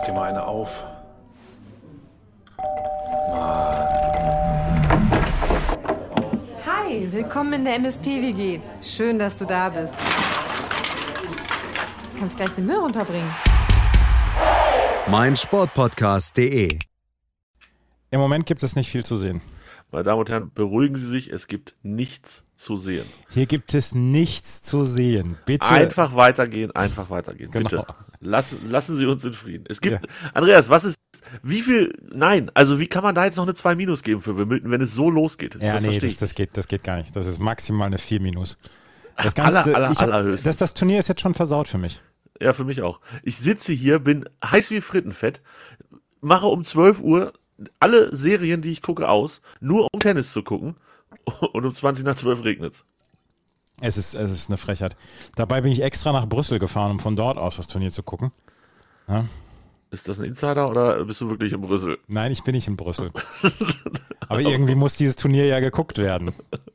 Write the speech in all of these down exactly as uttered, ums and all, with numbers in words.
dir mal eine auf. Hi, willkommen in der M S P W G. Schön, dass du da bist. Du kannst gleich den Müll runterbringen. mein Sportpodcast punkt de. Im Moment gibt es nicht viel zu sehen. Meine Damen und Herren, beruhigen Sie sich, es gibt nichts zu sehen. Hier gibt es nichts zu sehen. Bitte. Einfach weitergehen, einfach weitergehen. Genau. Bitte. Lassen, lassen Sie uns in Frieden. Es gibt, Ja. Andreas, was ist, wie viel, nein, also wie kann man da jetzt noch eine zwei Minus geben für Wimbledon, wenn es so losgeht? Ja, das nee, verstehe das, ich. das, geht, das geht gar nicht. Das ist maximal eine vier Minus. Das Aller, Ganze, aller, ich hab, allerhöchstens. das, das Turnier ist jetzt schon versaut für mich. Ja, für mich auch. Ich sitze hier, bin heiß wie Frittenfett, mache um zwölf Uhr alle Serien, die ich gucke, aus, nur um Tennis zu gucken, und um zwanzig nach zwölf regnet's. Es ist, es ist eine Frechheit. Dabei bin ich extra nach Brüssel gefahren, um von dort aus das Turnier zu gucken. Ja? Ist das ein Insider oder bist du wirklich in Brüssel? Nein, ich bin nicht in Brüssel. Aber irgendwie muss dieses Turnier ja geguckt werden.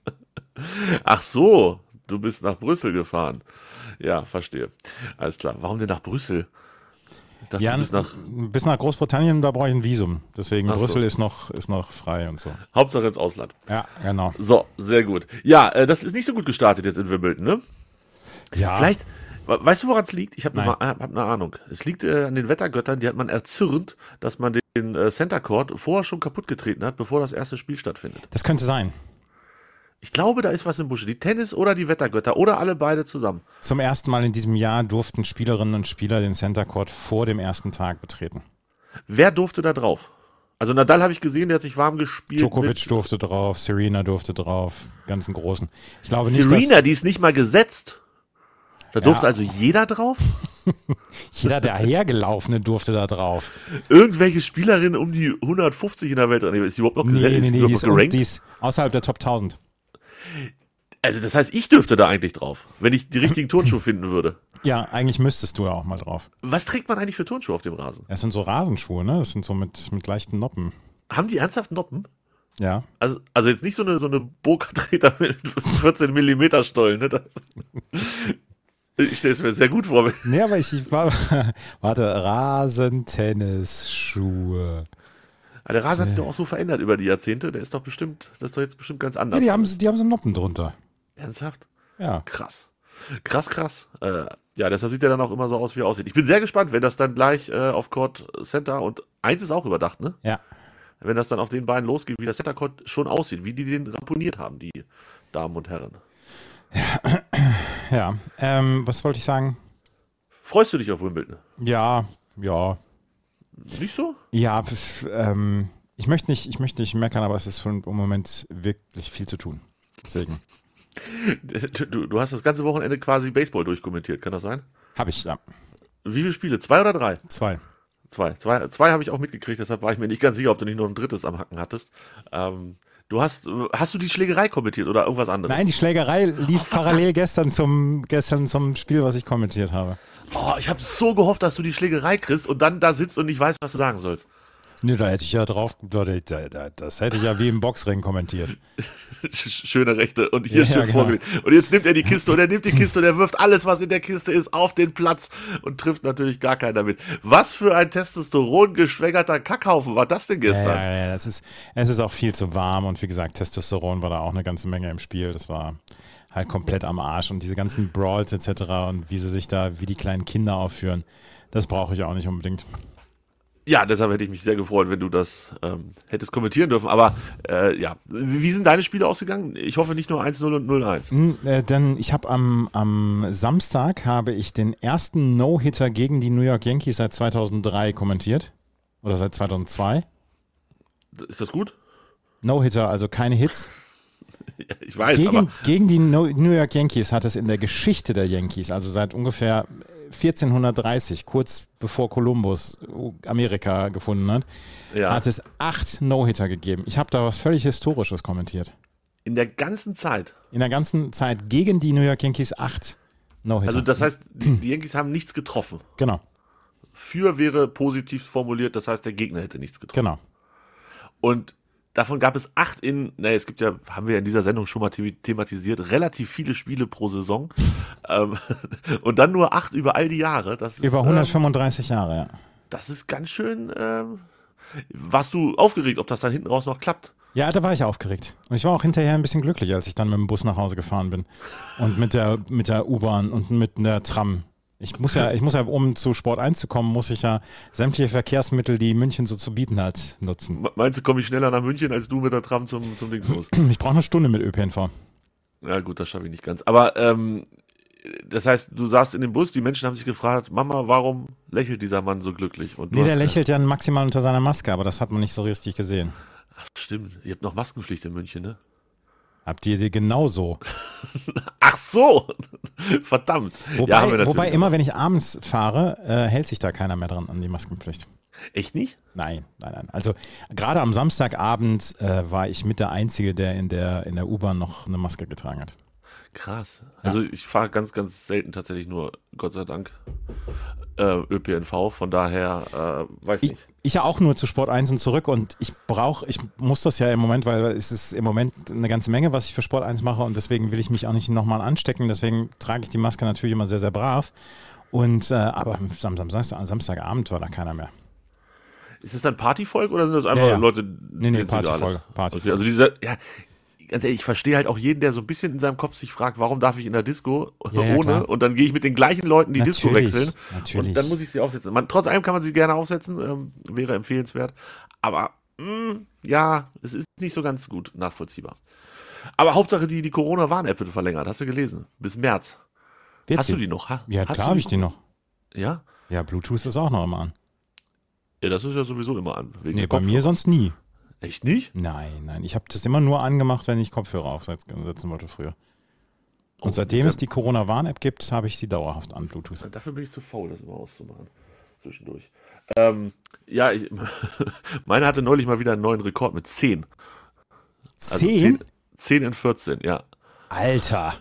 Ach so, du bist nach Brüssel gefahren. Ja, verstehe. Alles klar. Warum denn nach Brüssel? Ich dachte, Ja, du bist nach bis nach Großbritannien, da brauche ich ein Visum. Deswegen Ach so. Brüssel ist noch, ist noch frei und so. Hauptsache ins Ausland. Ja, genau. So, sehr gut. Ja, äh, das ist nicht so gut gestartet jetzt in Wimbledon, ne? Ja, Vielleicht, we- weißt du, woran es liegt? Ich habe Nein. eine hab ne Ahnung. Es liegt äh, an den Wettergöttern, die hat man erzürnt, dass man den äh, Center Court vorher schon kaputt getreten hat, bevor das erste Spiel stattfindet. das könnte sein. Ich glaube, da ist was im Busche. Die Tennis- oder die Wettergötter oder alle beide zusammen. Zum ersten Mal in diesem Jahr durften Spielerinnen und Spieler den Center Court vor dem ersten Tag betreten. Wer durfte da drauf? Also Nadal habe ich gesehen, der hat sich warm gespielt. Djokovic mit durfte drauf, Serena durfte drauf, ganzen Großen. Ich glaube nicht, Serena, die ist nicht mal gesetzt. Da durfte Ja. also jeder drauf? dass jeder der Hergelaufene durfte da drauf. Irgendwelche Spielerinnen um die hundertfünfzig in der Welt. Ist die überhaupt noch, Nee, gesetzt? nee, ist nee, die die überhaupt ist, noch gerankt? die ist außerhalb der Top tausend. Also das heißt, ich dürfte da eigentlich drauf, wenn ich die richtigen Turnschuhe finden würde. Ja, eigentlich müsstest du ja auch mal drauf. Was trägt man eigentlich für Turnschuhe auf dem Rasen? Das sind so Rasenschuhe, ne? Das sind so mit, mit leichten Noppen. Haben die ernsthaft Noppen? Ja. Also, also jetzt nicht so eine, so eine Burka-Treter mit vierzehn Millimeter Stollen. Ne? Das- Ich stelle es mir sehr gut vor. Nee, aber ich, ich war, warte, Rasentennisschuhe. Der Rasen hat sich doch auch so verändert über die Jahrzehnte. Der ist doch bestimmt, das ist doch jetzt bestimmt ganz anders. Ja, die haben, die haben so Noppen drunter. Ernsthaft? Ja. Krass. Krass, krass. Äh, ja, deshalb sieht er dann auch immer so aus, wie er aussieht. Ich bin sehr gespannt, wenn das dann gleich äh, auf Court Center und eins ist auch überdacht, ne? Ja. Wenn das dann auf den beiden losgeht, wie das Center Court schon aussieht, wie die den ramponiert haben, die Damen und Herren. Ja. Ähm, was wollte ich sagen? Freust du dich auf Wimbledon? Ja, ja. Nicht so? Ja, das, ähm, ich möchte nicht, ich möchte nicht meckern, aber es ist für, im Moment wirklich viel zu tun. Deswegen Du, du hast das ganze Wochenende quasi Baseball durchkommentiert, kann das sein? habe ich, ja, Wie viele Spiele? Zwei oder drei? zwei. Zwei. Zwei, zwei habe ich auch mitgekriegt, deshalb war ich mir nicht ganz sicher, ob du nicht noch ein drittes am Hacken hattest. Ähm, du hast, hast du die Schlägerei kommentiert oder irgendwas anderes? Nein, die Schlägerei lief parallel gestern zum, gestern zum Spiel, was ich kommentiert habe. Oh, ich habe so gehofft, dass du die Schlägerei kriegst und dann da sitzt und nicht weißt, was du sagen sollst. Nee, da hätte ich ja drauf, da, da, da, das hätte ich ja wie im Boxring kommentiert. Schöne Rechte und hier Ja, schön ja, genau. vorgelegt. Und jetzt nimmt er die Kiste und er nimmt die Kiste und er wirft alles, was in der Kiste ist, auf den Platz und trifft natürlich gar keiner mit. Was für ein Testosteron geschwängerter Kackhaufen war das denn Ja, gestern? ja, ja, das ist, es ist auch viel zu warm und wie gesagt, Testosteron war da auch eine ganze Menge im Spiel. Das war halt komplett am Arsch und diese ganzen Brawls et cetera und wie sie sich da, wie die kleinen Kinder aufführen, das brauche ich auch nicht unbedingt. Ja, deshalb hätte ich mich sehr gefreut, wenn du das ähm, hättest kommentieren dürfen. Aber äh, ja, wie wie sind deine Spiele ausgegangen? Ich hoffe nicht nur eins null und null eins. Hm, äh, denn ich habe am, am Samstag habe ich den ersten No-Hitter gegen die New York Yankees seit zweitausenddrei kommentiert. Oder seit zweitausendzwei. Ist das gut? No-Hitter, also keine Hits. Ja, ich weiß, Gegen, aber gegen die no- New York Yankees hat es in der Geschichte der Yankees, also seit ungefähr vierzehnhundertdreißig, kurz bevor Kolumbus Amerika gefunden hat, ja, hat es acht No-Hitter gegeben. Ich habe da was völlig Historisches kommentiert. in der ganzen Zeit. In der ganzen Zeit gegen die New York Yankees acht No-Hitter. Also das heißt, die, die Yankees haben nichts getroffen. Genau, Für wäre positiv formuliert, das heißt, der Gegner hätte nichts getroffen. genau. Und davon gab es acht in, naja, es gibt ja, haben wir in dieser Sendung schon mal the- thematisiert, relativ viele Spiele pro Saison. ähm, und dann nur acht über all die Jahre. Das ist, Über ähm, hundertfünfunddreißig Jahre, ja. Das ist ganz schön. Ähm, warst du aufgeregt, ob das dann hinten raus noch klappt? Ja, da war ich aufgeregt. Und ich war auch hinterher ein bisschen glücklich, als ich dann mit dem Bus nach Hause gefahren bin. Und mit der, mit der U-Bahn und mit der Tram. Ich muss ja, ich muss ja, um zu Sport eins zu kommen, muss ich ja sämtliche Verkehrsmittel, die München so zu bieten hat, nutzen. Meinst du, komme ich schneller nach München, als du mit der Tram zum, zum Dings musst? Ich brauche eine Stunde mit Ö P N V. Ja gut, das schaffe ich nicht ganz. Aber ähm, das heißt, du saßt in dem Bus, die Menschen haben sich gefragt, Mama, warum lächelt dieser Mann so glücklich? Und nee, der lächelt ja maximal unter seiner Maske, aber das hat man nicht so richtig gesehen. Ach, stimmt, ihr habt noch Maskenpflicht in München, ne? Habt ihr die genauso? Ach so, verdammt. Wobei, ja, wobei immer, wenn ich abends fahre, äh, hält sich da keiner mehr dran an die Maskenpflicht. Echt nicht? Nein, nein, nein. Also gerade am Samstagabend äh, war ich mit der Einzige, der in der, in der U-Bahn noch eine Maske getragen hat. Krass. Also ja. Ich fahre ganz, ganz selten tatsächlich nur, Gott sei Dank, äh, Ö P N V. Von daher, äh, weiß ich, nicht. Ich ja auch nur zu Sport eins und zurück und ich brauche, ich muss das ja im Moment, weil es ist im Moment eine ganze Menge, was ich für Sport eins mache und deswegen will ich mich auch nicht nochmal anstecken. Deswegen trage ich die Maske natürlich immer sehr, sehr brav. Und äh, aber am Samstag, Samstagabend war da keiner mehr. Ist das dann Partyvolk oder sind das einfach ja, ja. Leute, nee, nee, Partyvolk. Party also dieser, ja, ganz ehrlich, ich verstehe halt auch jeden, der so ein bisschen in seinem Kopf sich fragt, warum darf ich in der Disco ja, ja, ohne klar. und dann gehe ich mit den gleichen Leuten die natürlich, Disco wechseln natürlich. und dann muss ich sie aufsetzen. Man, trotz allem kann man sie gerne aufsetzen, ähm, wäre empfehlenswert, aber mh, ja, es ist nicht so ganz gut nachvollziehbar. Aber Hauptsache, die, die Corona-Warn-App wird verlängert, hast du gelesen, bis März. Wird hast sie? du die noch? Ha? Ja, hast klar habe ich die noch. Ja? Ja, Bluetooth ist auch noch immer an. Ja, das ist ja sowieso immer an. Wegen nee, bei mir sonst nie. Echt nicht? Nein, nein. Ich habe das immer nur angemacht, wenn ich Kopfhörer aufsetzen wollte früher. Und oh, seitdem ja. es die Corona-Warn-App gibt, habe ich sie dauerhaft an Bluetooth. Dafür bin ich zu faul, das immer auszumachen. Zwischendurch. Ähm, ja, ich, meine hatte neulich mal wieder einen neuen Rekord mit zehn. zehn? Also zehn, zehn in vierzehn, ja. Alter.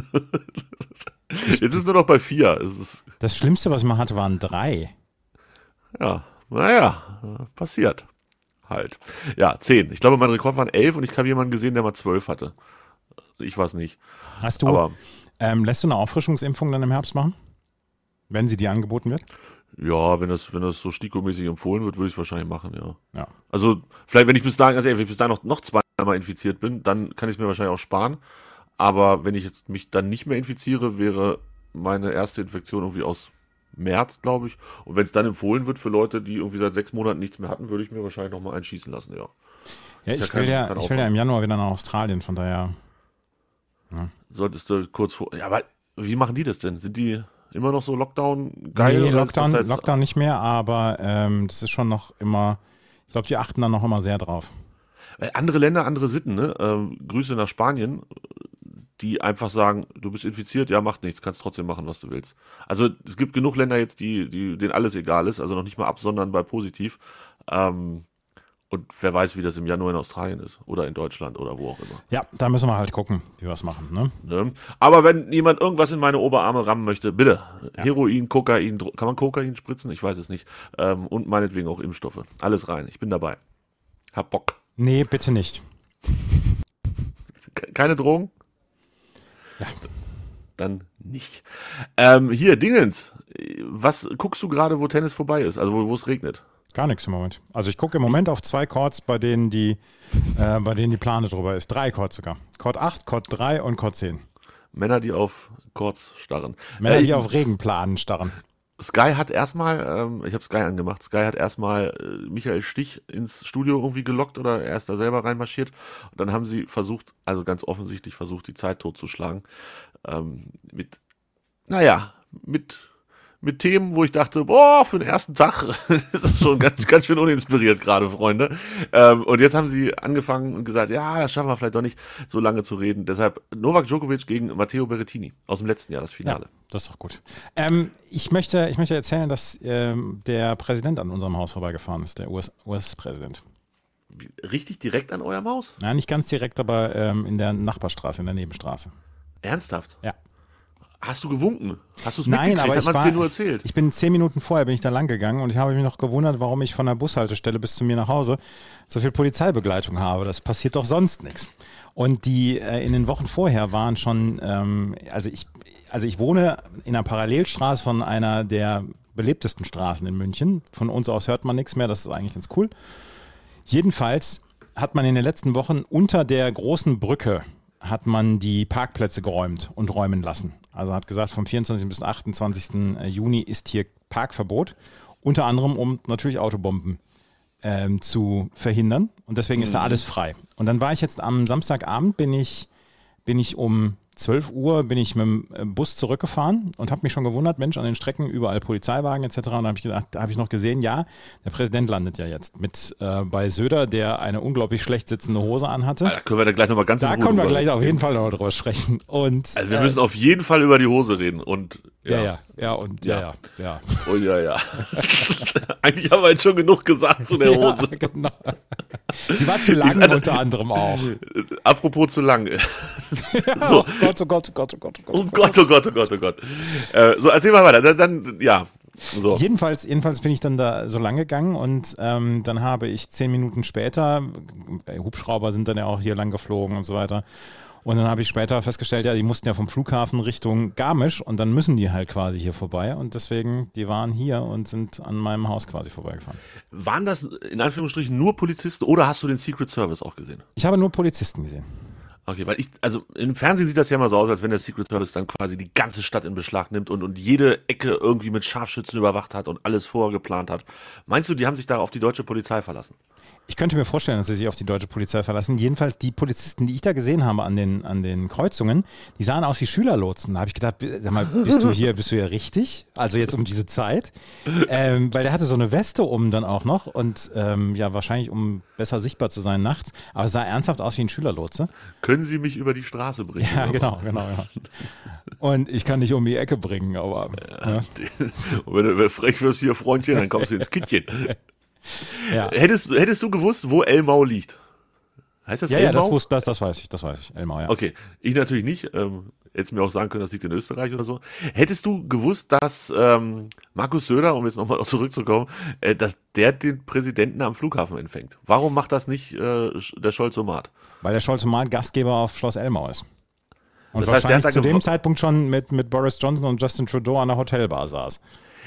Jetzt ist es nur noch bei vier. Es ist, das Schlimmste, was ich mal hatte, waren drei. Ja, naja, passiert. Halt. Ja, zehn. Ich glaube, mein Rekord waren elf und ich habe jemanden gesehen, der mal zwölf hatte. Ich weiß nicht. Hast du, Aber, ähm, lässt du eine Auffrischungsimpfung dann im Herbst machen? Wenn sie dir angeboten wird? Ja, wenn das, wenn das so stikomäßig empfohlen wird, würde ich es wahrscheinlich machen, ja. Ja. Also, vielleicht, wenn ich bis dahin, also wenn ich bis dahin noch, noch zweimal infiziert bin, dann kann ich es mir wahrscheinlich auch sparen. Aber wenn ich jetzt mich dann nicht mehr infiziere, wäre meine erste Infektion irgendwie aus März, glaube ich. Und wenn es dann empfohlen wird für Leute, die irgendwie seit sechs Monaten nichts mehr hatten, würde ich mir wahrscheinlich nochmal einschießen lassen, ja. Ja, ich, ja will, kein, ja, kein ich will ja im Januar wieder nach Australien, von daher. Ja. Solltest du kurz vor. Ja, aber wie machen die das denn? Sind die immer noch so Lockdown geil? Nee, oder Lockdown, ist das jetzt, Lockdown nicht mehr, aber ähm, das ist schon noch immer, ich glaube, die achten dann noch immer sehr drauf. Andere Länder, andere Sitten, ne? Ähm, Grüße nach Spanien, die einfach sagen, du bist infiziert, ja, macht nichts, kannst trotzdem machen, was du willst. Also es gibt genug Länder jetzt, die, die denen alles egal ist, also noch nicht mal absondern bei positiv. Ähm, und wer weiß, wie das im Januar in Australien ist oder in Deutschland oder wo auch immer. Ja, da müssen wir halt gucken, wie wir es machen. Ne? Ne? Aber wenn jemand irgendwas in meine Oberarme rammen möchte, bitte. Ja. Heroin, Kokain, Dro- kann man Kokain spritzen? Ich weiß es nicht. Ähm, und meinetwegen auch Impfstoffe. Alles rein, ich bin dabei. Hab Bock. Nee, bitte nicht. Ke- Keine Drogen? Ja. Dann nicht. Ähm, hier, Dingens. Was guckst du gerade, wo Tennis vorbei ist? Also wo wo es regnet? Gar nichts im Moment. Also ich gucke im Moment auf zwei Chords, bei denen die, äh, bei denen die Plane drüber ist. Drei Chords sogar. Chord acht, Chord drei und Chord zehn. Männer, die auf Chords starren. Männer, Äh, die auf Regenplanen starren. Sky hat erstmal, ähm, ich habe Sky angemacht, Sky hat erstmal äh, Michael Stich ins Studio irgendwie gelockt oder er ist da selber reinmarschiert und dann haben sie versucht, also ganz offensichtlich versucht, die Zeit totzuschlagen, ähm, mit, naja, mit mit Themen, wo ich dachte, boah, für den ersten Tag ist das schon ganz, ganz schön uninspiriert gerade, Freunde. Ähm, und jetzt haben sie angefangen und gesagt, ja, das schaffen wir vielleicht doch nicht, so lange zu reden. Deshalb Novak Djokovic gegen Matteo Berrettini aus dem letzten Jahr, das Finale. Ja, das ist doch gut. Ähm, ich, möchte, ich möchte erzählen, dass ähm, der Präsident an unserem Haus vorbeigefahren ist, der U S-Präsident. Wie, richtig direkt an eurem Haus? Nein, nicht ganz direkt, aber ähm, in der Nachbarstraße, in der Nebenstraße. Ernsthaft? Ja. Hast du gewunken? Hast du es Nein, mitgekriegt? aber Hat ich man es war, dir nur erzählt? ich bin zehn Minuten vorher bin ich da lang gegangen und ich habe mich noch gewundert, warum ich von der Bushaltestelle bis zu mir nach Hause so viel Polizeibegleitung habe. Das passiert doch sonst nichts. Und die äh, in den Wochen vorher waren schon, ähm, also ich, also ich wohne in einer Parallelstraße von einer der belebtesten Straßen in München. Von uns aus hört man nichts mehr, das ist eigentlich ganz cool. Jedenfalls hat man in den letzten Wochen unter der großen Brücke hat man die Parkplätze geräumt und räumen lassen. Also hat gesagt, vom vierundzwanzigsten bis achtundzwanzigsten Juni ist hier Parkverbot. Unter anderem, um natürlich Autobomben ähm, zu verhindern. Und deswegen mhm. ist da alles frei. Und dann war ich jetzt am Samstagabend, bin ich, bin ich um zwölf Uhr bin ich mit dem Bus zurückgefahren und habe mich schon gewundert, Mensch, an den Strecken überall Polizeiwagen et cetera. Und da habe ich gedacht, da habe ich noch gesehen, ja, der Präsident landet ja jetzt mit äh, bei Söder, der eine unglaublich schlecht sitzende Hose anhatte. Da können wir da gleich nochmal ganz Da können wir gleich auf jeden Fall noch drüber sprechen. Und, also wir äh, müssen auf jeden Fall über die Hose reden. Und ja, ja, ja, und ja, ja, ja. ja. Oh ja, ja. Eigentlich haben wir jetzt schon genug gesagt zu der Hose. Ja, genau. Sie war zu lang hatte, unter anderem auch. Apropos zu lang. Ja, so. Oh Gott, oh Gott, oh Gott, oh Gott, oh Gott. Oh Gott, oh Gott, oh Gott, oh Gott. Äh, so, erzähl mal weiter. Dann, dann ja. So. Jedenfalls, jedenfalls bin ich dann da so lang gegangen und ähm, dann habe ich zehn Minuten später, Hubschrauber sind dann ja auch hier lang geflogen und so weiter. Und dann habe ich später festgestellt, ja, die mussten ja vom Flughafen Richtung Garmisch und dann müssen die halt quasi hier vorbei und deswegen, die waren hier und sind an meinem Haus quasi vorbeigefahren. Waren das in Anführungsstrichen nur Polizisten oder hast du den Secret Service auch gesehen? Ich habe nur Polizisten gesehen. Okay, weil ich, also im Fernsehen sieht das ja immer so aus, als wenn der Secret Service dann quasi die ganze Stadt in Beschlag nimmt und, und jede Ecke irgendwie mit Scharfschützen überwacht hat und alles vorher geplant hat. Meinst du, die haben sich da auf die deutsche Polizei verlassen? Ich könnte mir vorstellen, dass sie sich auf die deutsche Polizei verlassen. Jedenfalls die Polizisten, die ich da gesehen habe an den, an den Kreuzungen, die sahen aus wie Schülerlotsen. Da habe ich gedacht, sag mal, bist du hier, bist du hier richtig? Also jetzt um diese Zeit. Ähm, weil der hatte so eine Weste um dann auch noch und ähm, ja, wahrscheinlich um besser sichtbar zu sein nachts. Aber es sah ernsthaft aus wie ein Schülerlotse. Können Sie mich über die Straße bringen? Ja, genau, genau, genau. Und ich kann dich um die Ecke bringen, aber. Ja, ja. Und wenn du frech wirst hier, Freundchen, dann kommst du ins Kittchen. Ja. Hättest, hättest du gewusst, wo Elmau liegt? Heißt das ja, Elmau? Ja, das, wusste, das, das weiß ich, das weiß ich. Elmau, ja. Okay, ich natürlich nicht. Ähm, hättest mir auch sagen können, das liegt in Österreich oder so. Hättest du gewusst, dass ähm, Markus Söder, um jetzt nochmal zurückzukommen, äh, dass der den Präsidenten am Flughafen empfängt? Warum macht das nicht äh, der Scholz-Omat? Weil der Scholz-Omat Gastgeber auf Schloss Elmau ist. Und das heißt, wahrscheinlich der zu dem gew- Zeitpunkt schon mit, mit Boris Johnson und Justin Trudeau an der Hotelbar saß.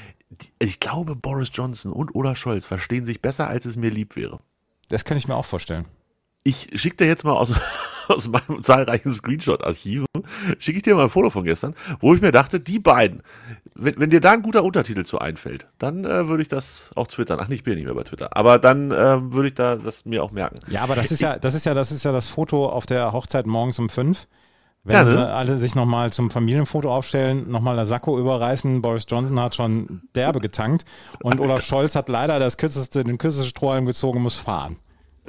Ich glaube, Boris Johnson und Olaf Scholz verstehen sich besser, als es mir lieb wäre. Das könnte ich mir auch vorstellen. Ich schicke dir jetzt mal aus, aus meinem zahlreichen Screenshot-Archiv, schicke ich dir mal ein Foto von gestern, wo ich mir dachte, die beiden, wenn, wenn dir da ein guter Untertitel zu einfällt, dann äh, würde ich das auch twittern. Ach, ich bin ja nicht mehr bei Twitter. Aber dann äh, würde ich da das mir auch merken. Ja, aber das ist ja, das ist ja, das ist ja das Foto auf der Hochzeit morgens um fünf. Wenn Ja, ne? sie alle sich nochmal zum Familienfoto aufstellen, nochmal das Sakko überreißen. Boris Johnson hat schon derbe getankt und Olaf Scholz hat leider das kürzeste, den kürzesten Strohhalm gezogen, muss fahren.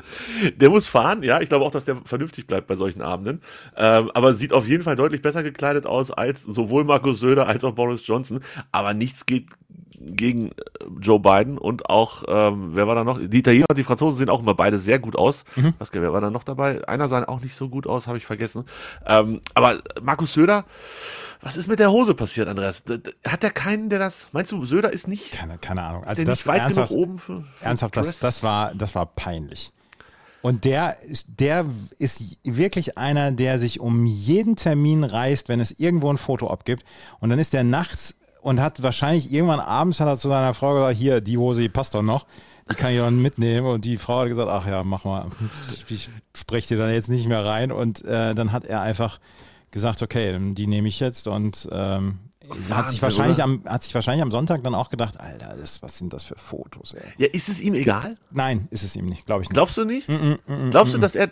Der muss fahren, ja. Ich glaube auch, dass der vernünftig bleibt bei solchen Abenden. Ähm, aber sieht auf jeden Fall deutlich besser gekleidet aus als sowohl Markus Söder als auch Boris Johnson. Aber nichts geht gegen Joe Biden und auch, ähm, wer war da noch? Die Italiener und die Franzosen sehen auch immer beide sehr gut aus. Mhm. Was, wer war da noch dabei? Einer sah auch nicht so gut aus, habe ich vergessen. Ähm, aber Markus Söder, was ist mit der Hose passiert, Andreas? Hat der keinen, der das, meinst du, Söder ist nicht? Keine, keine Ahnung. Ist Also der das nicht weit ernsthaft, genug oben für, für ernsthaft das, das, war, das war peinlich. Und der, der ist wirklich einer, der sich um jeden Termin reißt, wenn es irgendwo ein Foto abgibt. Und dann ist der nachts und hat wahrscheinlich irgendwann abends hat er zu seiner Frau gesagt, hier, die Hose, die passt doch noch. Die kann ich dann mitnehmen. Und die Frau hat gesagt, ach ja, mach mal. Ich, ich spreche dir dann jetzt nicht mehr rein. Und äh, dann hat er einfach gesagt, okay, die nehme ich jetzt. Und ähm, Wahnsinn, hat, sich wahrscheinlich am, hat sich wahrscheinlich am Sonntag dann auch gedacht, Alter, das, was sind das für Fotos, ey. Ja, ist es ihm egal? Nein, ist es ihm nicht, glaube ich nicht. Glaubst du nicht? Mm, mm, mm, Glaubst du, mm. dass er... Dem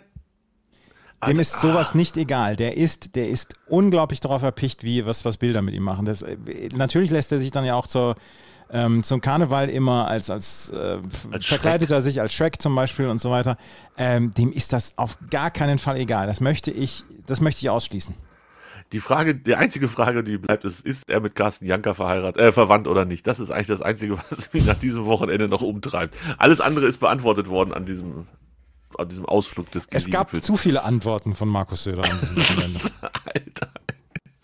Also, ist sowas nicht egal. Der ist, der ist unglaublich darauf erpicht, wie was, was Bilder mit ihm machen. Das, natürlich lässt er sich dann ja auch zur, ähm, zum Karneval immer als, als, äh, Als verkleidet er sich als Shrek zum Beispiel und so weiter. Ähm, dem ist das auf gar keinen Fall egal. Das möchte ich, das möchte ich ausschließen. Die Frage, die einzige Frage, die bleibt, ist, ist er mit Carsten Janka verheiratet, äh, verwandt oder nicht? Das ist eigentlich das Einzige, was mich nach diesem Wochenende noch umtreibt. Alles andere ist beantwortet worden an diesem, an diesem Ausflug des Es gab Gipfels. zu viele Antworten von Markus Söder an diesem Wochenende. Alter. Und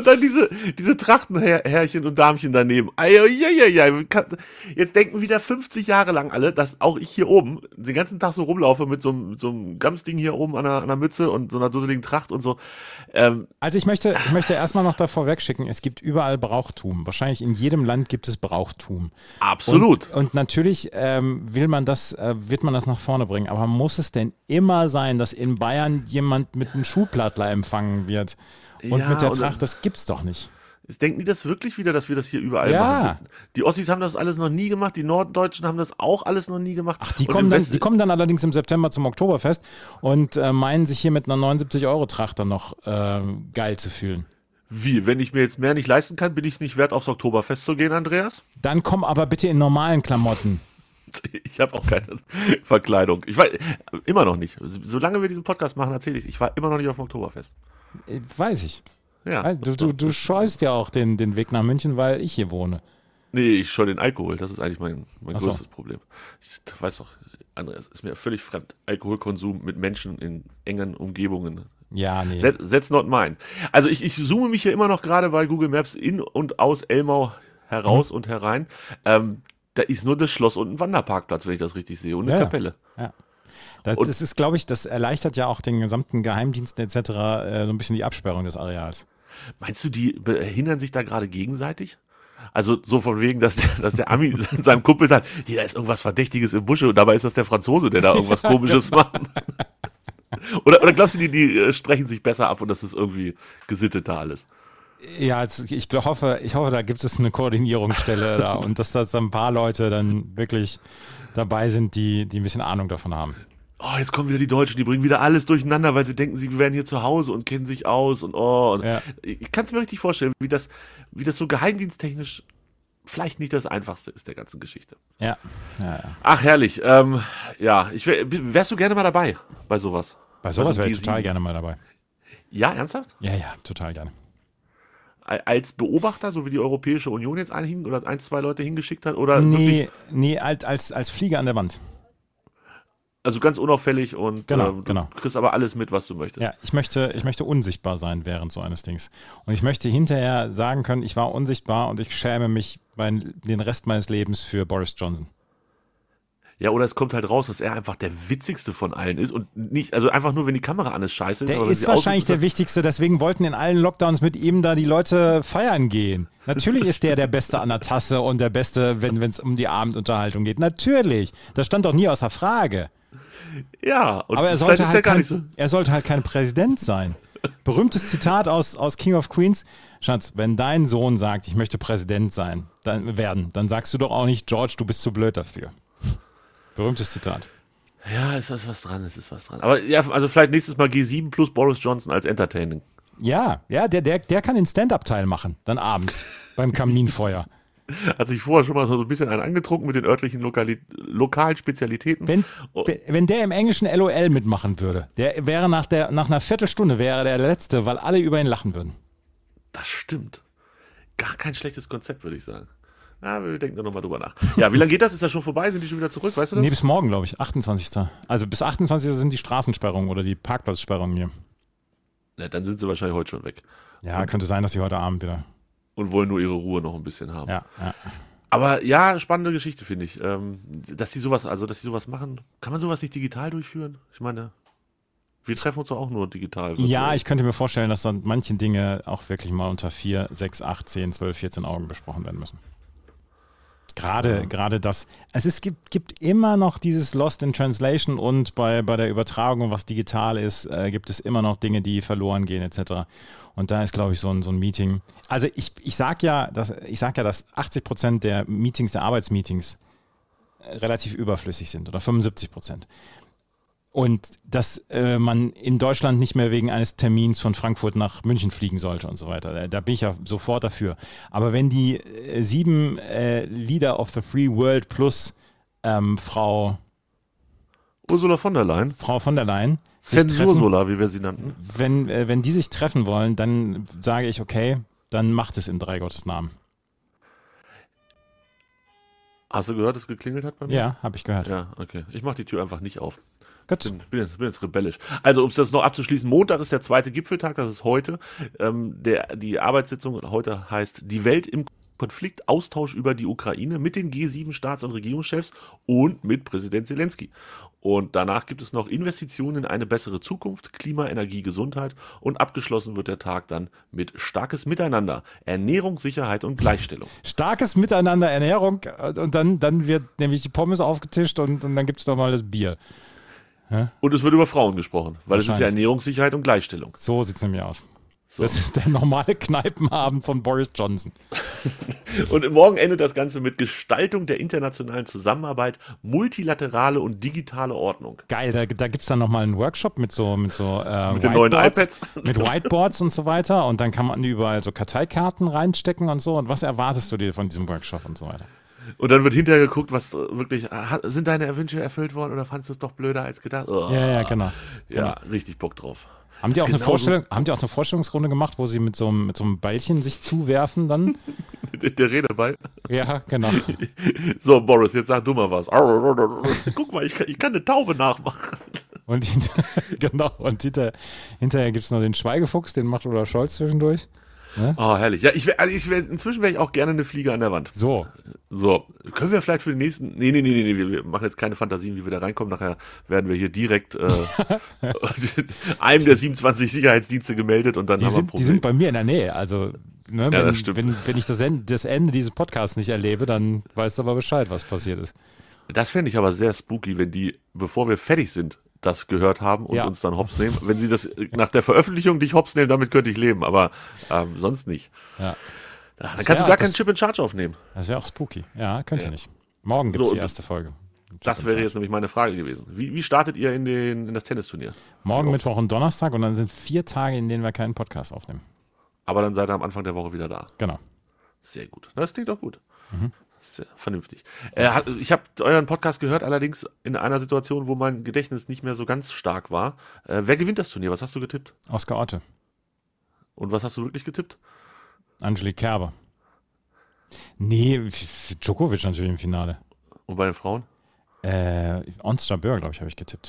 Und dann diese, diese Trachtenherrchen und Damchen daneben. Eieieiei. Jetzt denken wieder fünfzig Jahre lang alle, dass auch ich hier oben den ganzen Tag so rumlaufe mit so einem, so einem Gamsding hier oben an der, an der Mütze und so einer dusseligen Tracht und so. Ähm, also ich möchte, ich möchte erstmal noch davor wegschicken, es gibt überall Brauchtum. Wahrscheinlich in jedem Land gibt es Brauchtum. Absolut. Und, und natürlich ähm, will man das, äh, wird man das nach vorne bringen. Aber muss es denn immer sein, dass in Bayern jemand mit einem Schuhplattler empfangen wird? Und Ja, mit der und- Tracht, das gibt's doch nicht. Denken die das wirklich wieder, dass wir das hier überall Ja. machen? Die Ossis haben das alles noch nie gemacht, die Norddeutschen haben das auch alles noch nie gemacht. Ach, die Und kommen, im dann, Westen- die kommen dann allerdings im September zum Oktoberfest und äh, meinen sich hier mit einer neunundsiebzig-Euro-Tracht dann noch äh, geil zu fühlen. Wie, wenn ich mir jetzt mehr nicht leisten kann, bin ich es nicht wert, aufs Oktoberfest zu gehen, Andreas? Dann komm aber bitte in normalen Klamotten. Ich habe auch keine Verkleidung. Ich war immer noch nicht. Solange wir diesen Podcast machen, erzähle ich, ich war immer noch nicht auf dem Oktoberfest. Äh, Weiß ich. Ja. Weiß, du, du, du scheust ja auch den, den Weg nach München, weil ich hier wohne. Nee, ich scheue den Alkohol. Das ist eigentlich mein, mein Ach so. größtes Problem. Ich weiß doch, Andreas, ist mir völlig fremd. Alkoholkonsum mit Menschen in engen Umgebungen. Ja, nee. That, that's not mine. Also ich, ich zoome mich hier immer noch gerade bei Google Maps in und aus Elmau heraus Mhm. und herein. Ähm, da ist nur das Schloss und ein Wanderparkplatz, wenn ich das richtig sehe, und eine Ja, ja. Kapelle. Ja. Das, Und- das ist, glaube ich, das erleichtert ja auch den gesamten Geheimdiensten et cetera äh, so ein bisschen die Absperrung des Areals. Meinst du, die behindern sich da gerade gegenseitig? Also so von wegen, dass der, dass der Ami seinem Kumpel sagt, hier, da ist irgendwas Verdächtiges im Busche, und dabei ist das der Franzose, der da irgendwas Komisches macht. Oder, oder glaubst du, die, die äh, sprechen sich besser ab und das ist irgendwie gesitteter alles? Ja, jetzt, ich glaub, hoffe, ich hoffe, da gibt es eine Koordinierungsstelle da und dass da so ein paar Leute dann wirklich dabei sind, die, die ein bisschen Ahnung davon haben. Oh, jetzt kommen wieder die Deutschen, die bringen wieder alles durcheinander, weil sie denken, sie wären hier zu Hause und kennen sich aus und oh. Und Ja. Ich kann es mir richtig vorstellen, wie das, wie das so geheimdiensttechnisch vielleicht nicht das Einfachste ist der ganzen Geschichte. Ja, ja, ja. Ach, herrlich. Ähm, ja, ich wär, wärst du gerne mal dabei bei sowas? Bei sowas Also wäre ich G total sieben. gerne mal dabei. Ja, ernsthaft? Ja, ja, total gerne. Als Beobachter, so wie die Europäische Union jetzt einen hin oder ein, zwei Leute hingeschickt hat? Oder Nee, wirklich, nee, als, als, als Flieger an der Wand. also ganz unauffällig und Genau, ähm, du genau. kriegst aber alles mit, was du möchtest. Ja, ich möchte, ich möchte unsichtbar sein während so eines Dings. Und ich möchte hinterher sagen können, ich war unsichtbar und ich schäme mich mein, den Rest meines Lebens für Boris Johnson. Ja, oder es kommt halt raus, dass er einfach der witzigste von allen ist und nicht, also einfach nur, wenn die Kamera an ist, scheiße ist. Der aber wenn ist sie wahrscheinlich aus ist, der Wichtigste, deswegen wollten in allen Lockdowns mit ihm da die Leute feiern gehen. Natürlich ist der der Beste an der Tasse und der Beste, wenn es um die Abendunterhaltung geht. Natürlich. Das stand doch nie außer Frage. Ja, und Aber er vielleicht sollte, ist halt er gar kein, nicht so. er sollte halt kein Präsident sein. Berühmtes Zitat aus, aus King of Queens. Schatz, wenn dein Sohn sagt, ich möchte Präsident sein, dann werden, dann sagst du doch auch nicht, George, du bist zu blöd dafür. Berühmtes Zitat. Ja, es ist was dran, es ist was dran. Aber ja, also vielleicht nächstes Mal G sieben plus Boris Johnson als Entertaining. Ja, ja, der, der, der kann den Stand-Up-Teil machen, dann abends beim Kaminfeuer. Hat sich vorher schon mal so ein bisschen einen angetrunken mit den örtlichen Lokali lokalen Spezialitäten. Wenn, Oh. wenn der im englischen L O L mitmachen würde, der wäre nach, der, nach einer Viertelstunde wäre der Letzte, weil alle über ihn lachen würden. Das stimmt. Gar kein schlechtes Konzept, würde ich sagen. Ja, wir denken da nochmal drüber nach. Ja, wie lange geht das? Ist das schon vorbei? Sind die schon wieder zurück? Weißt du das? Nee, bis morgen, glaube ich, achtundzwanzigsten Also bis achtundzwanzigsten sind die Straßensperrungen oder die Parkplatzsperrungen hier. Na, dann sind sie wahrscheinlich heute schon weg. Ja, könnte sein, dass sie heute Abend wieder. Und wollen nur ihre Ruhe noch ein bisschen haben. Ja, ja. Aber ja, spannende Geschichte, finde ich. Ähm, dass die sowas, also dass die sowas machen. Kann man sowas nicht digital durchführen? Ich meine, wir treffen uns doch auch nur digital. Ja, ich könnte mir vorstellen, dass dann manche Dinge auch wirklich mal unter vier, sechs, acht, zehn, zwölf, vierzehn Augen besprochen werden müssen. Gerade, Ja. gerade das. Also es gibt, gibt immer noch dieses Lost in Translation und bei, bei der Übertragung, was digital ist, äh, gibt es immer noch Dinge, die verloren gehen, et cetera. Und da ist, glaube ich, so ein, so ein Meeting. Also ich, ich sage ja, dass, ich sag ja, dass achtzig Prozent der Meetings, der Arbeitsmeetings äh, relativ überflüssig sind oder fünfundsiebzig Prozent. Und dass äh, man in Deutschland nicht mehr wegen eines Termins von Frankfurt nach München fliegen sollte und so weiter. Da, da bin ich ja sofort dafür. Aber wenn die äh, sieben äh, Leader of the Free World plus ähm, Frau, Ursula von der Leyen. Frau von der Leyen sich treffen, Zensursula, wie wir sie nannten. wenn, äh, wenn die sich treffen wollen, dann sage ich, okay, dann macht es in drei Gottes Namen. Hast du gehört, dass es geklingelt hat bei mir? Ja, habe ich gehört. Ja, okay. Ich mache die Tür einfach nicht auf. Gut. Bin, bin, jetzt, bin jetzt rebellisch. Also, um es das noch abzuschließen, Montag ist der zweite Gipfeltag, das ist heute. Ähm, der, die Arbeitssitzung heute heißt Die Welt im Konflikt, Austausch über die Ukraine mit den G sieben Staats- und Regierungschefs und mit Präsident Zelensky. Und danach gibt es noch Investitionen in eine bessere Zukunft, Klima, Energie, Gesundheit und abgeschlossen wird der Tag dann mit starkes Miteinander, Ernährung, Sicherheit und Gleichstellung. Starkes Miteinander, Ernährung und dann, dann wird nämlich die Pommes aufgetischt und, und dann gibt es nochmal das Bier. Ja? Und es wird über Frauen gesprochen, weil es ist ja Wahrscheinlich. Ernährung, Sicherheit und Gleichstellung. So sieht es nämlich aus. So. Das ist der normale Kneipenabend von Boris Johnson. Und morgen endet das Ganze mit Gestaltung der internationalen Zusammenarbeit, multilaterale und digitale Ordnung. Geil, da, da gibt es dann nochmal einen Workshop mit so, mit so äh, Mit den neuen Whiteboards, iPads. mit Whiteboards und so weiter und dann kann man überall so Karteikarten reinstecken und so. Und was erwartest du dir von diesem Workshop und so weiter? Und dann wird hinterher geguckt, was wirklich, sind deine Wünsche erfüllt worden oder fandest du es doch blöder als gedacht? Oh. Ja, ja, genau. Ja, richtig Bock drauf. Haben die, Das auch eine genauso- Vorstellung, haben die auch eine Vorstellungsrunde gemacht, wo sie mit so einem, mit so einem Ballchen sich zuwerfen dann? Der Redeball. Ja, genau. So, Boris, jetzt sag du mal was. Guck mal, ich kann, ich kann eine Taube nachmachen. Und hinter, genau, und hinter, hinterher gibt es noch den Schweigefuchs, den macht Olaf Scholz zwischendurch. Oh, herrlich. Ja, ich wär, also ich wär, inzwischen wäre ich auch gerne eine Fliege an der Wand. So, So, können wir vielleicht für den nächsten, nee, nee, nee, nee, nee, wir, wir machen jetzt keine Fantasien, wie wir da reinkommen. Nachher werden wir hier direkt äh, einem der siebenundzwanzig Sicherheitsdienste gemeldet und dann die haben wir ein sind, die Problem. sind bei mir in der Nähe. Also, ne, wenn, das stimmt. wenn, wenn ich das Ende, das Ende dieses Podcasts nicht erlebe, dann weißt du aber Bescheid, was passiert ist. Das fände ich aber sehr spooky, wenn die, bevor wir fertig sind, das gehört haben und Ja. uns dann hops nehmen. Wenn sie das nach der Veröffentlichung dich hops nehmen, damit könnte ich leben, aber ähm, sonst nicht. Ja. Ja, dann Das kannst du wär- gar keinen das- Chip in Charge aufnehmen. Das wäre auch spooky. Ja, könnt ihr Ja. nicht. Morgen gibt es So, die und erste Folge. Das wäre jetzt nämlich meine Frage gewesen. Wie, wie startet ihr in, den, in das Tennisturnier? Morgen, Wie oft? Mittwoch und Donnerstag und dann sind vier Tage, in denen wir keinen Podcast aufnehmen. Aber dann seid ihr am Anfang der Woche wieder da. Genau. Sehr gut. Das klingt auch gut. Mhm. Sehr vernünftig. Äh, hat- ich habe euren Podcast gehört, allerdings in einer Situation, wo mein Gedächtnis nicht mehr so ganz stark war. Äh, wer gewinnt das Turnier? Was hast du getippt? Oskar Otte, Und was hast du wirklich getippt? Angelique Kerber. Nee, F- Djokovic natürlich im Finale. Und bei den Frauen? Äh, Ons Jabeur, glaube ich, habe ich getippt.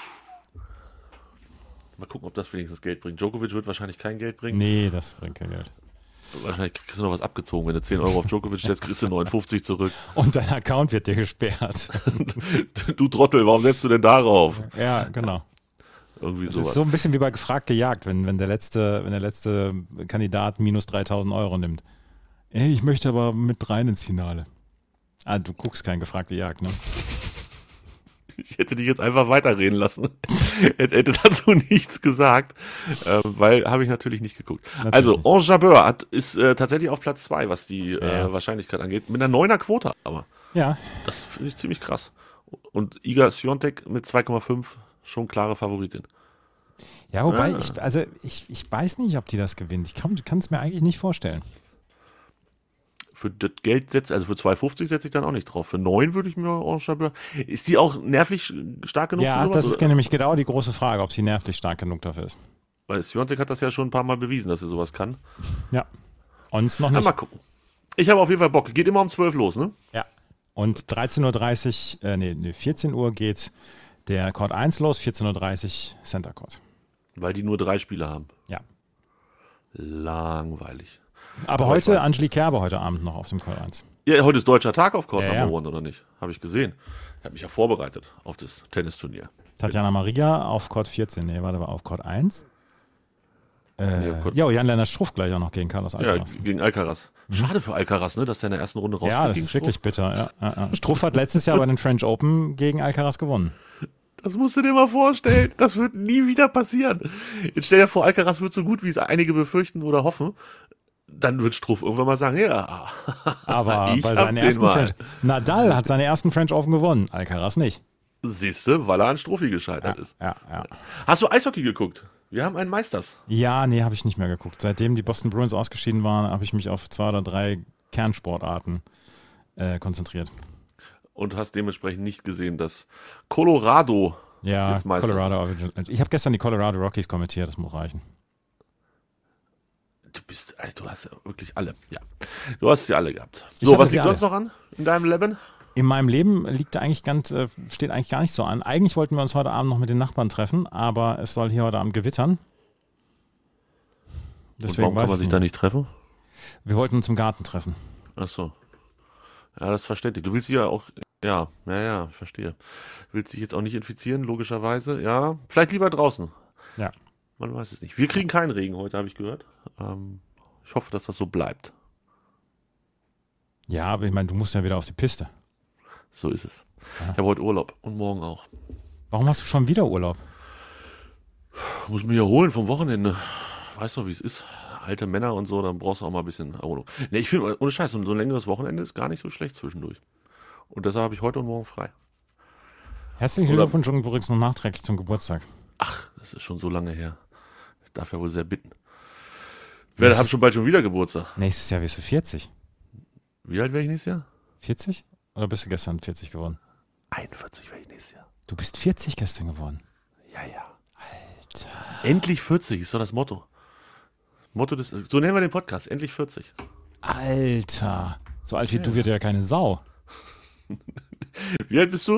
Mal gucken, ob das wenigstens Geld bringt. Djokovic wird wahrscheinlich kein Geld bringen. Nee, das bringt kein Geld. Wahrscheinlich kriegst du noch was abgezogen. Wenn du zehn Euro auf Djokovic stellst, kriegst du neunundfünfzig zurück. Und dein Account wird dir gesperrt. Du Trottel, warum setzt du denn darauf? Ja, genau. Irgendwie Das sowas. ist so ein bisschen wie bei gefragt gejagt, wenn, wenn, der letzte, wenn der letzte Kandidat minus dreitausend Euro nimmt. Ey, ich möchte aber mit rein ins Finale. Ah, du guckst kein gefragte Jagd, ne? Ich hätte dich jetzt einfach weiterreden lassen. Hätte hätte dazu nichts gesagt, äh, weil habe ich natürlich nicht geguckt. Natürlich also, nicht. Ons Jabeur hat, ist äh, tatsächlich auf Platz zwei, was die Ja. äh, Wahrscheinlichkeit angeht, mit einer neuner Quote, aber Ja, das finde ich ziemlich krass. Und Iga Swiatek mit zwei Komma fünf schon klare Favoritin. ja, wobei, Ah. ich, also ich, ich weiß nicht, ob die das gewinnt. Ich kann es mir eigentlich nicht vorstellen. Für das Geld setzt, also für zwei Komma fünfzig setze ich dann auch nicht drauf. Für neun würde ich mir Ons Jabeur. Ist die auch nervlich stark genug Ja, für sowas? das ist oder? nämlich genau die große Frage, ob sie nervlich stark genug dafür ist. Weil Swiatek hat das ja schon ein paar Mal bewiesen, dass er sowas kann. Ja. Uns noch Na, nicht. mal gucken. Ich habe auf jeden Fall Bock. Geht immer um zwölf los, ne? Ja. Und dreizehn Uhr dreißig, äh, nee, nee, vierzehn Uhr geht der Court eins los, vierzehn Uhr dreißig Center Court. Weil die nur drei Spiele haben. Ja. Langweilig. Aber Aber ich heute, weiß. Angelique Kerber heute Abend noch auf dem Court eins. Ja, heute ist deutscher Tag auf Court Ja, Number ja. One, oder nicht? Habe ich gesehen. Ich habe mich ja vorbereitet auf das Tennisturnier. Tatjana Maria auf Court vierzehn, nee, warte mal, auf Court eins. Äh, Nee, auf Court- jo, Jan-Lennart Struff gleich auch noch gegen Carlos Ja, Alcaraz. gegen Alcaraz. Schade für Alcaraz, ne, dass der in der ersten Runde rausfliegt. Ja, das gegen ist wirklich Struff. bitter. Ja, ja, ja. Struff hat letztes Jahr bei den French Open gegen Alcaraz gewonnen. Das musst du dir mal vorstellen. Das wird nie wieder passieren. Jetzt stell dir vor, Alcaraz wird so gut, wie es einige befürchten oder hoffen. Dann wird Struff irgendwann mal sagen, ja, Aber ich bei hab seinen den ersten mal. French, Nadal hat seine ersten French Open gewonnen, Alcaraz nicht. Siehste, weil er an Struffi gescheitert ist. Ja, ja. Hast du Eishockey geguckt? Wir haben einen Meisters. Ja, nee, habe ich nicht mehr geguckt. Seitdem die Boston Bruins ausgeschieden waren, habe ich mich auf zwei oder drei Kernsportarten äh, konzentriert. Und hast dementsprechend nicht gesehen, dass Colorado Ja, jetzt Meister Colorado ist. Original. Ich habe gestern die Colorado Rockies kommentiert, das muss reichen. Du bist, Alter, du hast ja wirklich alle. Ja, du hast sie alle gehabt. Ich So, hatte was sie liegt alle. sonst noch an in deinem Leben? In meinem Leben liegt eigentlich ganz, äh, steht eigentlich gar nicht so an. Eigentlich wollten wir uns heute Abend noch mit den Nachbarn treffen, aber es soll hier heute Abend gewittern. Deswegen und warum kann man sich nicht. da nicht treffen? Wir wollten uns im Garten treffen. Ach so. Ja, das verstehe ich. Du willst dich ja auch, ja, ja, ja, ich verstehe. Willst dich jetzt auch nicht infizieren, logischerweise. Ja, vielleicht lieber draußen. Ja. Man weiß es nicht. Wir kriegen keinen Regen heute, habe ich gehört. Ähm, ich hoffe, dass das so bleibt. Ja, aber ich meine, du musst ja wieder auf die Piste. So ist es. Ja. Ich habe heute Urlaub und morgen auch. Warum hast du schon wieder Urlaub? Ich muss mich erholen vom Wochenende. Weißt du, wie es ist? Alte Männer und so, dann brauchst du auch mal ein bisschen Erholung. Nee, ich finde, ohne Scheiß, so ein längeres Wochenende ist gar nicht so schlecht zwischendurch. Und deshalb habe ich heute und morgen frei. Herzlichen Glückwunsch übrigens noch nachträglich zum Geburtstag. Ach, das ist schon so lange her. Ich darf ja wohl sehr bitten. Wir haben schon bald schon wieder Geburtstag. Nächstes Jahr wirst du vierzig. Wie alt wäre ich nächstes Jahr? vierzig? Oder bist du gestern vierzig geworden? einundvierzig wäre ich nächstes Jahr. Du bist vierzig gestern geworden? Ja, ja. Alter. Endlich vierzig ist doch das Motto. Motto des, so nennen wir den Podcast, endlich vierzig. Alter. So alt wie ja. du wird ja keine Sau. Wie alt bist du?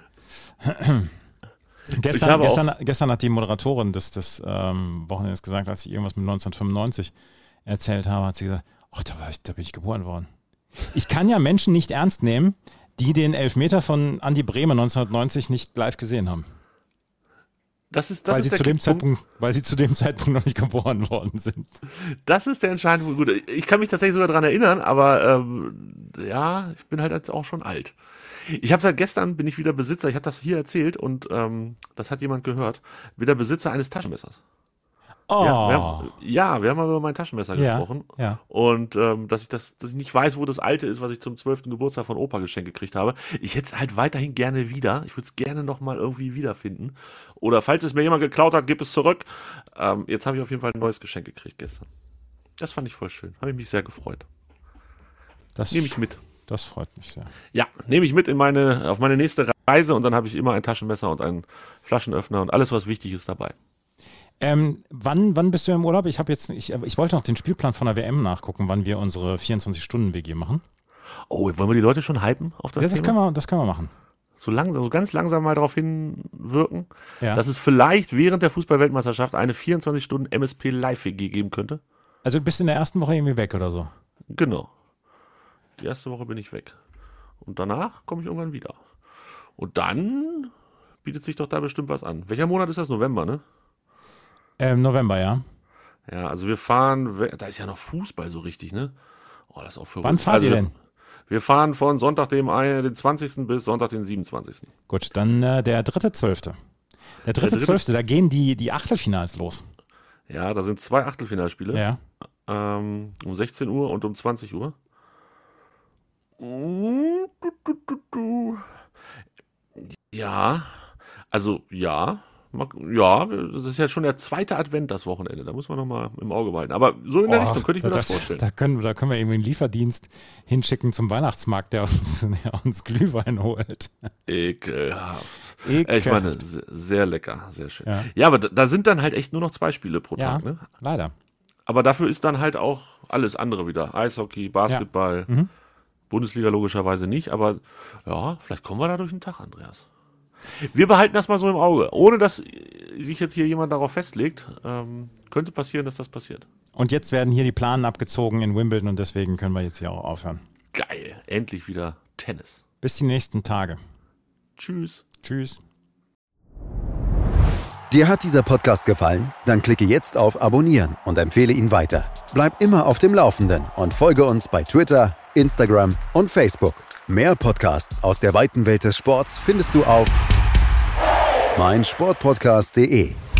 gestern, gestern, gestern hat die Moderatorin des, des ähm, Wochenendes gesagt, als ich irgendwas mit neunzehnhundertfünfundneunzig erzählt habe, hat sie gesagt, ach, da, war ich, da bin ich geboren worden. Ich kann ja Menschen nicht ernst nehmen, die den Elfmeter von Andi Brehme neunzehnhundertneunzig nicht live gesehen haben. Das ist, das weil, ist sie der zu dem Zeitpunkt, weil sie zu dem Zeitpunkt noch nicht geboren worden sind. Das ist der entscheidende Punkt. Gut, ich kann mich tatsächlich sogar daran erinnern, aber ähm, ja, ich bin halt jetzt auch schon alt. Ich habe seit gestern, bin ich wieder Besitzer, ich habe das hier erzählt und ähm, das hat jemand gehört, wieder Besitzer eines Taschenmessers. Oh. Ja, wir haben, ja, wir haben mal über mein Taschenmesser ja, gesprochen. Ja. Und ähm, dass ich das, dass ich nicht weiß, wo das alte ist, was ich zum zwölften Geburtstag von Opa geschenkt gekriegt habe. Ich hätte es halt weiterhin gerne wieder. Ich würde es gerne nochmal irgendwie wiederfinden. Oder falls es mir jemand geklaut hat, gib es zurück. Ähm, jetzt habe ich auf jeden Fall ein neues Geschenk gekriegt gestern. Das fand ich voll schön. Habe ich mich sehr gefreut. Das nehme ich mit. Das freut mich sehr. Ja, nehme ich mit in meine, auf meine nächste Reise und dann habe ich immer ein Taschenmesser und einen Flaschenöffner und alles, was wichtig ist, dabei. Ähm, wann, wann bist du im Urlaub? Ich habe jetzt, ich, ich wollte noch den Spielplan von der W M nachgucken, wann wir unsere vierundzwanzig-Stunden-W G machen. Oh, wollen wir die Leute schon hypen auf das, das Thema? Können wir, das können wir machen. So langsam, so ganz langsam mal darauf hinwirken, ja. dass es vielleicht während der Fußball-Weltmeisterschaft eine vierundzwanzig-Stunden-M S P-Live-W G geben könnte. Also du bist in der ersten Woche irgendwie weg oder so? Genau. Die erste Woche bin ich weg. Und danach komme ich irgendwann wieder. Und dann bietet sich doch da bestimmt was an. Welcher Monat ist das? November, ne? Ähm, November, ja. Ja, also wir fahren, da ist ja noch Fußball so richtig, ne? Oh, das ist auch verrückt. Wann fahrt also ihr denn? Wir fahren von Sonntag dem, den zwanzigsten bis Sonntag den siebenundzwanzigsten Gut, dann äh, der dritte Zwölfte. Der dritte Zwölfte, da gehen die, die Achtelfinals los. Ja, da sind zwei Achtelfinalspiele. Ja. Ähm, um sechzehn Uhr und um zwanzig Uhr. Ja, also ja, ja, das ist ja schon der zweite Advent, das Wochenende. Da muss man nochmal im Auge behalten. Aber so in der oh, Richtung könnte ich mir das, das vorstellen. Da können, da können wir irgendwie einen Lieferdienst hinschicken zum Weihnachtsmarkt, der uns, der uns Glühwein holt. Ekelhaft. Ekelhaft. Ich meine, sehr lecker, sehr schön. Ja, ja aber da, da sind dann halt echt nur noch zwei Spiele pro ja, Tag. Ne? Leider. Aber dafür ist dann halt auch alles andere wieder. Eishockey, Basketball, ja. mhm. Bundesliga logischerweise nicht. Aber ja, vielleicht kommen wir da durch den Tag, Andreas. Wir behalten das mal so im Auge. Ohne dass sich jetzt hier jemand darauf festlegt, ähm, könnte passieren, dass das passiert. Und jetzt werden hier die Planen abgezogen in Wimbledon und deswegen können wir jetzt hier auch aufhören. Geil, endlich wieder Tennis. Bis die nächsten Tage. Tschüss. Tschüss. Dir hat dieser Podcast gefallen? Dann klicke jetzt auf Abonnieren und empfehle ihn weiter. Bleib immer auf dem Laufenden und folge uns bei Twitter, Instagram und Facebook. Mehr Podcasts aus der weiten Welt des Sports findest du auf meinsportpodcast punkt de.